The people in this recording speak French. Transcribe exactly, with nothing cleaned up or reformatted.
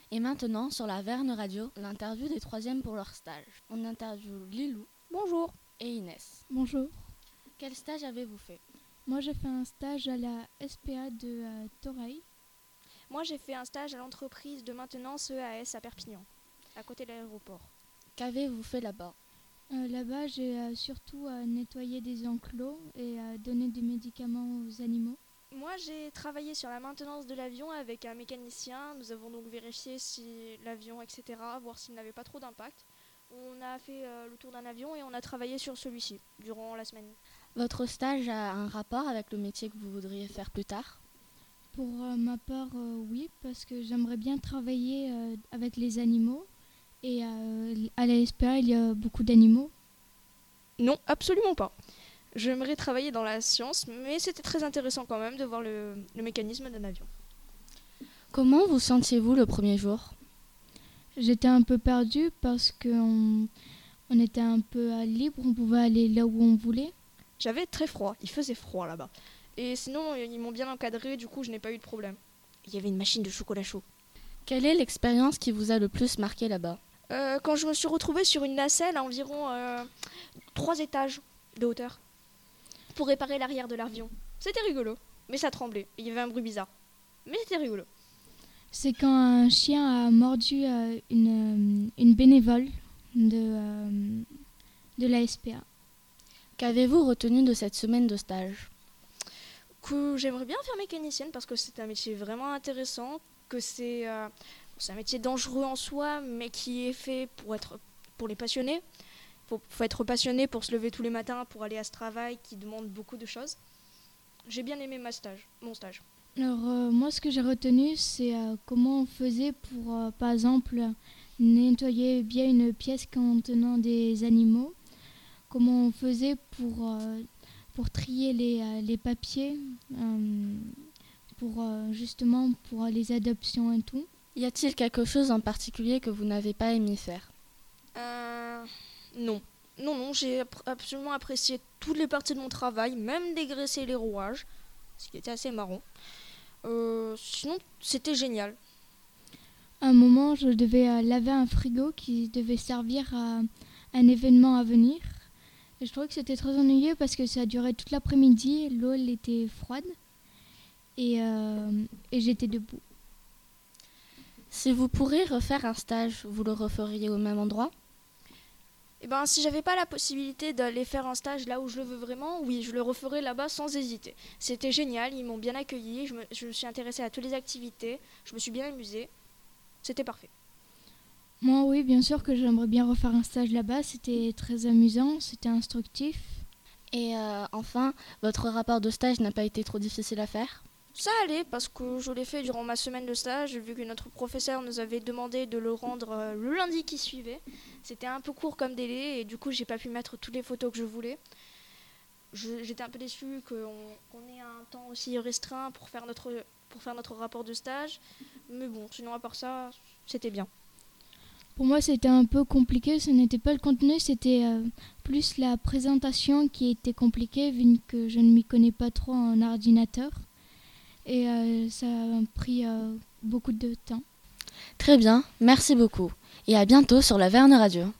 Et maintenant, sur la Verne Radio, l'interview des troisièmes pour leur stage. On interviewe Lilou. Bonjour. Et Inès. Bonjour. Quel stage avez-vous fait? Moi, j'ai fait un stage à la S P A de euh, Toreil. Moi, j'ai fait un stage à l'entreprise de maintenance E A S à Perpignan, à côté de l'aéroport. Qu'avez-vous fait là-bas? Euh, là-bas, j'ai euh, surtout euh, nettoyé des enclos et euh, donné des médicaments aux animaux. Moi, j'ai travaillé sur la maintenance de l'avion avec un mécanicien. Nous avons donc vérifié si l'avion, et cetera, voir s'il n'avait pas trop d'impact. On a fait euh, le tour d'un avion et on a travaillé sur celui-ci durant la semaine. Votre stage a un rapport avec le métier que vous voudriez faire plus tard? Pour euh, ma part, euh, oui, parce que j'aimerais bien travailler euh, avec les animaux. Et euh, à la S P A, il y a beaucoup d'animaux. Non, absolument pas. J'aimerais travailler dans la science, mais c'était très intéressant quand même de voir le, le mécanisme d'un avion. Comment vous sentiez-vous le premier jour? J'étais un peu perdue parce qu'on on était un peu euh, libre, on pouvait aller là où on voulait. J'avais très froid, il faisait froid là-bas. Et sinon, ils m'ont bien encadré, du coup, je n'ai pas eu de problème. Il y avait une machine de chocolat chaud. Quelle est l'expérience qui vous a le plus marqué là-bas? Euh, quand je me suis retrouvée sur une nacelle à environ euh, trois étages de hauteur pour réparer l'arrière de l'avion. C'était rigolo, mais ça tremblait. Il y avait un bruit bizarre, mais c'était rigolo. C'est quand un chien a mordu euh, une, euh, une bénévole de, euh, de la S P A. Qu'avez-vous retenu de cette semaine de stage? Que j'aimerais bien faire mécanicienne parce que c'est un métier vraiment intéressant, que c'est, euh, c'est un métier dangereux en soi, mais qui est fait pour, être, pour les passionnés. Il faut, faut être passionné pour se lever tous les matins, pour aller à ce travail qui demande beaucoup de choses. J'ai bien aimé ma stage, mon stage. Alors euh, moi ce que j'ai retenu c'est euh, comment on faisait pour euh, par exemple nettoyer bien une pièce contenant des animaux, comment on faisait pour, euh, pour trier les, euh, les papiers, euh, pour euh, justement pour les adoptions et tout. Y a-t-il quelque chose en particulier que vous n'avez pas aimé faire? Euh, non. Non, non, j'ai absolument apprécié toutes les parties de mon travail, même dégraisser les rouages, ce qui était assez marrant. Euh, sinon, c'était génial. À un moment, je devais euh, laver un frigo qui devait servir à un événement à venir. Et je trouvais que c'était très ennuyeux parce que ça durait toute l'après-midi, l'eau elle était froide et, euh, et j'étais debout. Si vous pourriez refaire un stage, vous le referiez au même endroit? Eh ben, si j'avais pas la possibilité d'aller faire un stage là où je le veux vraiment, oui, je le referais là-bas sans hésiter. C'était génial, ils m'ont bien accueilli, je me, je me suis intéressée à toutes les activités, je me suis bien amusée. C'était parfait. Moi, oui, bien sûr que j'aimerais bien refaire un stage là-bas. C'était très amusant, c'était instructif. Et euh, enfin, votre rapport de stage n'a pas été trop difficile à faire? Ça allait parce que je l'ai fait durant ma semaine de stage, vu que notre professeur nous avait demandé de le rendre euh, le lundi qui suivait. C'était un peu court comme délai et du coup j'ai pas pu mettre toutes les photos que je voulais. Je, j'étais un peu déçue qu'on, qu'on ait un temps aussi restreint pour faire, notre, pour faire notre rapport de stage. Mais bon, sinon à part ça, c'était bien. Pour moi, c'était un peu compliqué. Ce n'était pas le contenu, c'était euh, plus la présentation qui était compliquée, vu que je ne m'y connais pas trop en ordinateur. Et euh, ça a pris euh, beaucoup de temps. Très bien, merci beaucoup. Et à bientôt sur la Verne Radio.